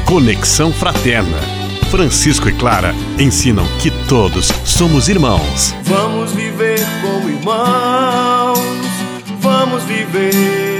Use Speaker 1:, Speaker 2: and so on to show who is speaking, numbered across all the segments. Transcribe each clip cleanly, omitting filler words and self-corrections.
Speaker 1: Conexão Fraterna. Francisco e Clara ensinam que todos somos irmãos.
Speaker 2: Vamos viver como irmãos, vamos viver.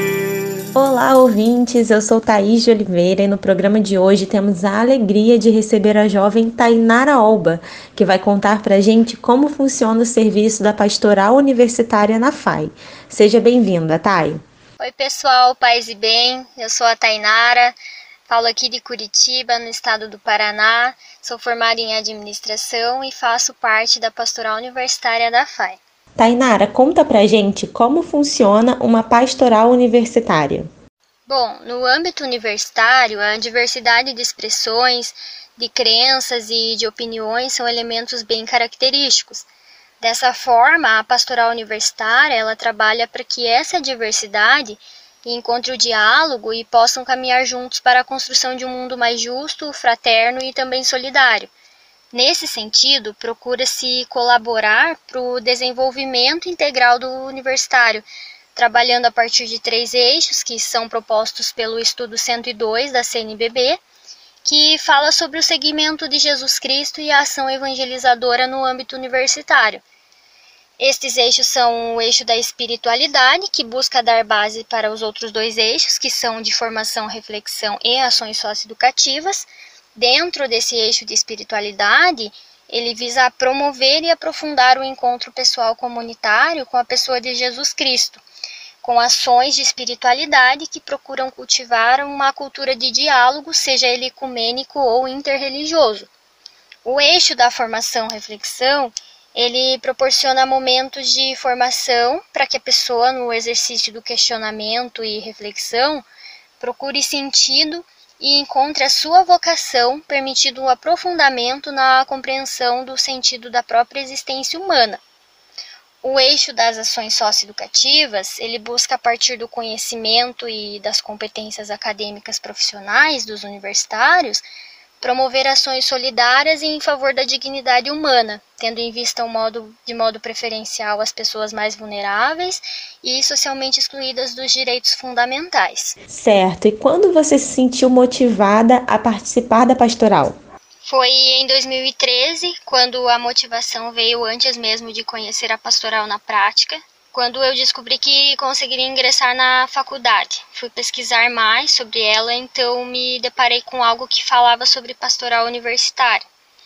Speaker 3: Olá, ouvintes, eu sou Thaís de Oliveira e no programa de hoje temos a alegria de receber a jovem Tainara Olba, que vai contar pra gente como funciona o serviço da Pastoral Universitária na FAI. Seja bem-vinda, Thay.
Speaker 4: Oi pessoal, paz e bem, eu sou a Tainara, falo aqui de Curitiba, no estado do Paraná, sou formada em administração e faço parte da Pastoral Universitária da FAI.
Speaker 3: Tainara, conta pra gente como funciona uma pastoral universitária.
Speaker 4: Bom, no âmbito universitário, a diversidade de expressões, de crenças e de opiniões são elementos bem característicos. Dessa forma, a pastoral universitária ela trabalha para que essa diversidade encontre o diálogo e possam caminhar juntos para a construção de um mundo mais justo, fraterno e também solidário. Nesse sentido, procura-se colaborar para o desenvolvimento integral do universitário, trabalhando a partir de 3 eixos que são propostos pelo Estudo 102 da CNBB, que fala sobre o seguimento de Jesus Cristo e a ação evangelizadora no âmbito universitário. Estes eixos são o eixo da espiritualidade, que busca dar base para os outros 2 eixos, que são de formação, reflexão e ações socioeducativas. Dentro desse eixo de espiritualidade, ele visa promover e aprofundar o encontro pessoal comunitário com a pessoa de Jesus Cristo, com ações de espiritualidade que procuram cultivar uma cultura de diálogo, seja ele ecumênico ou interreligioso. O eixo da formação-reflexão, ele proporciona momentos de formação para que a pessoa, no exercício do questionamento e reflexão, procure sentido e encontre a sua vocação, permitindo um aprofundamento na compreensão do sentido da própria existência humana. O eixo das ações socioeducativas, ele busca a partir do conhecimento e das competências acadêmicas profissionais dos universitários, promover ações solidárias em favor da dignidade humana, tendo em vista de modo preferencial as pessoas mais vulneráveis e socialmente excluídas dos direitos fundamentais.
Speaker 3: Certo, e quando você se sentiu motivada a participar da pastoral?
Speaker 4: Foi em 2013, quando a motivação veio antes mesmo de conhecer a pastoral na prática, quando eu descobri que conseguiria ingressar na faculdade. Fui pesquisar mais sobre ela, então me deparei com algo que falava sobre pastoral universitária.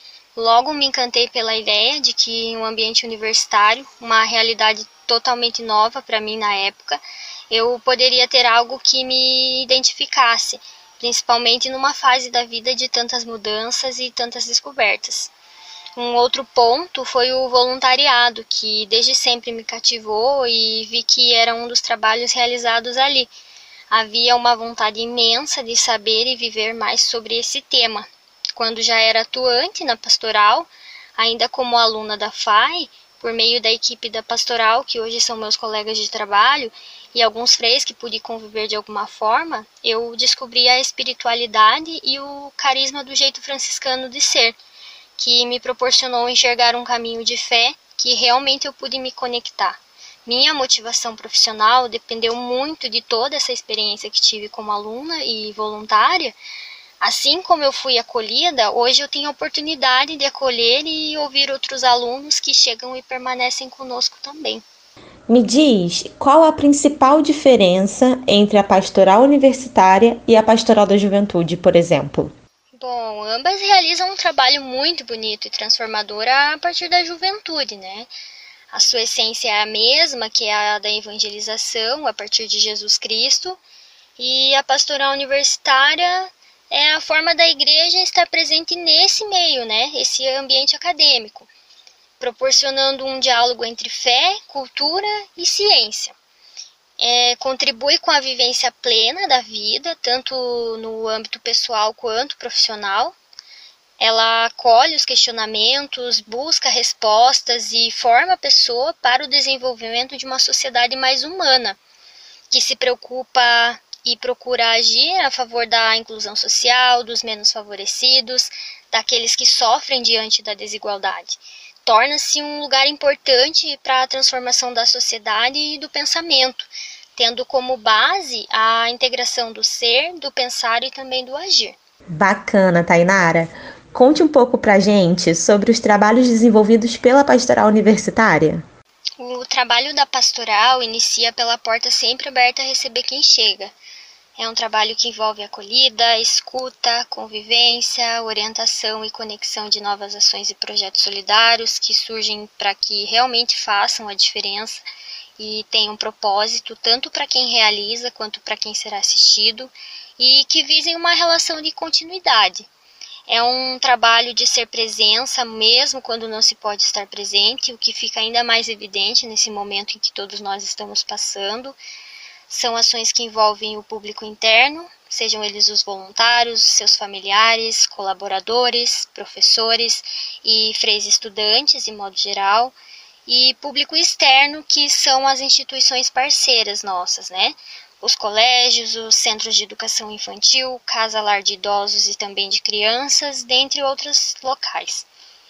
Speaker 4: Logo me encantei pela ideia de que em um ambiente universitário, uma realidade totalmente nova para mim na época, eu poderia ter algo que me identificasse, principalmente numa fase da vida de tantas mudanças e tantas descobertas. Um outro ponto foi o voluntariado, que desde sempre me cativou e vi que era um dos trabalhos realizados ali. Havia uma vontade imensa de saber e viver mais sobre esse tema. Quando já era atuante na pastoral, ainda como aluna da FAI, por meio da equipe da pastoral, que hoje são meus colegas de trabalho, e alguns freis que pude conviver de alguma forma, eu descobri a espiritualidade e o carisma do jeito franciscano de ser, que me proporcionou enxergar um caminho de fé que realmente eu pude me conectar. Minha motivação profissional dependeu muito de toda essa experiência que tive como aluna e voluntária. Assim como eu fui acolhida, hoje eu tenho a oportunidade de acolher e ouvir outros alunos que chegam e permanecem conosco também.
Speaker 3: Me diz, qual a principal diferença entre a pastoral universitária e a pastoral da juventude, por exemplo?
Speaker 4: Bom, ambas realizam um trabalho muito bonito e transformador a partir da juventude, né? A sua essência é a mesma, que é a da evangelização a partir de Jesus Cristo, e a pastoral universitária é a forma da igreja estar presente nesse meio, né? Esse ambiente acadêmico, proporcionando um diálogo entre fé, cultura e ciência. Contribui com a vivência plena da vida, tanto no âmbito pessoal quanto profissional. Ela acolhe os questionamentos, busca respostas e forma a pessoa para o desenvolvimento de uma sociedade mais humana, que se preocupa e procura agir a favor da inclusão social, dos menos favorecidos, daqueles que sofrem diante da desigualdade. Torna-se um lugar importante para a transformação da sociedade e do pensamento, tendo como base a integração do ser, do pensar e também do agir.
Speaker 3: Bacana, Tainara. Conte um pouco pra gente sobre os trabalhos desenvolvidos pela Pastoral Universitária.
Speaker 4: O trabalho da Pastoral inicia pela porta sempre aberta a receber quem chega. É um trabalho que envolve acolhida, escuta, convivência, orientação e conexão de novas ações e projetos solidários que surgem para que realmente façam a diferença e tenham um propósito tanto para quem realiza quanto para quem será assistido e que visem uma relação de continuidade. É um trabalho de ser presença mesmo quando não se pode estar presente, o que fica ainda mais evidente nesse momento em que todos nós estamos passando. São ações que envolvem o público interno, sejam eles os voluntários, seus familiares, colaboradores, professores e freis estudantes, de modo geral, e público externo, que são as instituições parceiras nossas, né? Os colégios, os centros de educação infantil, casa-lar de idosos e também de crianças, dentre outros locais.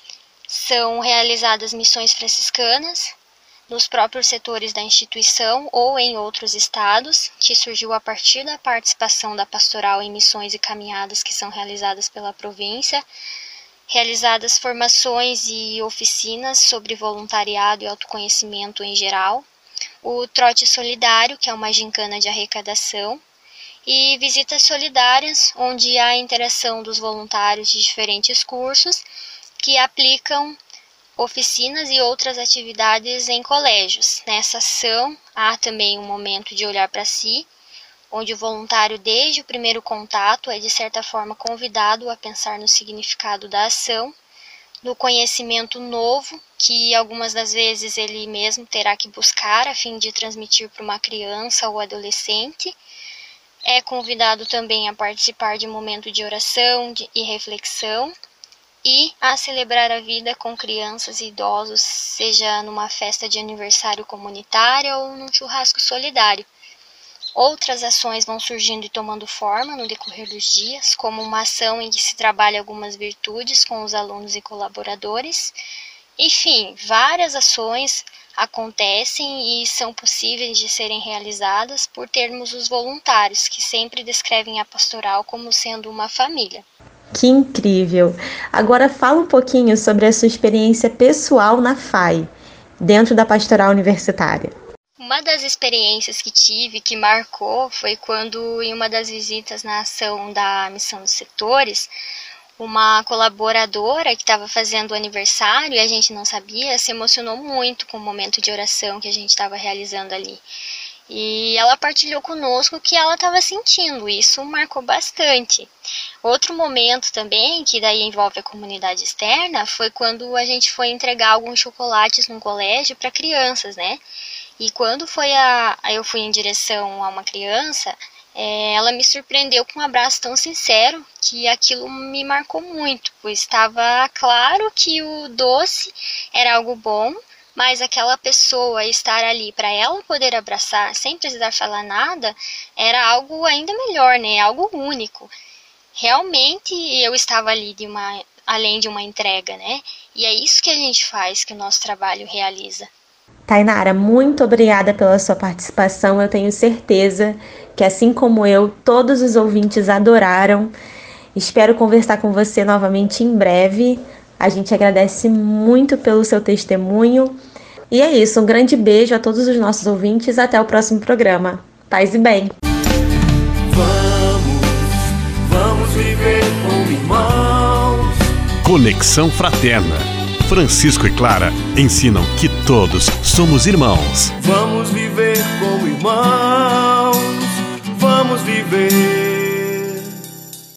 Speaker 4: São realizadas missões franciscanas nos próprios setores da instituição ou em outros estados, que surgiu a partir da participação da pastoral em missões e caminhadas que são realizadas pela província, realizadas formações e oficinas sobre voluntariado e autoconhecimento em geral, o trote solidário, que é uma gincana de arrecadação, e visitas solidárias, onde há a interação dos voluntários de diferentes cursos que aplicam oficinas e outras atividades em colégios. Nessa ação, há também um momento de olhar para si, onde o voluntário, desde o primeiro contato, é de certa forma convidado a pensar no significado da ação, no conhecimento novo, que algumas das vezes ele mesmo terá que buscar a fim de transmitir para uma criança ou adolescente. É convidado também a participar de um momento de oração e reflexão e a celebrar a vida com crianças e idosos, seja numa festa de aniversário comunitária ou num churrasco solidário. Outras ações vão surgindo e tomando forma no decorrer dos dias, como uma ação em que se trabalha algumas virtudes com os alunos e colaboradores. Enfim, várias ações acontecem e são possíveis de serem realizadas por termos os voluntários, que sempre descrevem a pastoral como sendo uma família.
Speaker 3: Que incrível! Agora fala um pouquinho sobre a sua experiência pessoal na FAI, dentro da Pastoral Universitária.
Speaker 4: Uma das experiências que tive, que marcou, foi quando, em uma das visitas na ação da Missão dos Setores, uma colaboradora que estava fazendo o aniversário e a gente não sabia, se emocionou muito com o momento de oração que a gente estava realizando ali. E ela partilhou conosco o que ela estava sentindo, isso marcou bastante. Outro momento também, que daí envolve a comunidade externa, foi quando a gente foi entregar alguns chocolates num colégio para crianças, né? E quando eu fui em direção a uma criança, ela me surpreendeu com um abraço tão sincero que aquilo me marcou muito, pois estava claro que o doce era algo bom, mas aquela pessoa estar ali para ela poder abraçar sem precisar falar nada era algo ainda melhor, né? Algo único. Realmente eu estava ali além de uma entrega, né? E é isso que a gente faz, que o nosso trabalho realiza.
Speaker 3: Tainara, muito obrigada pela sua participação. Eu tenho certeza que, assim como eu, todos os ouvintes adoraram. Espero conversar com você novamente em breve. A gente agradece muito pelo seu testemunho. E é isso, um grande beijo a todos os nossos ouvintes. Até o próximo programa. Paz e bem.
Speaker 2: Vamos viver como irmãos.
Speaker 1: Conexão Fraterna. Francisco e Clara ensinam que todos somos irmãos.
Speaker 2: Vamos viver como irmãos.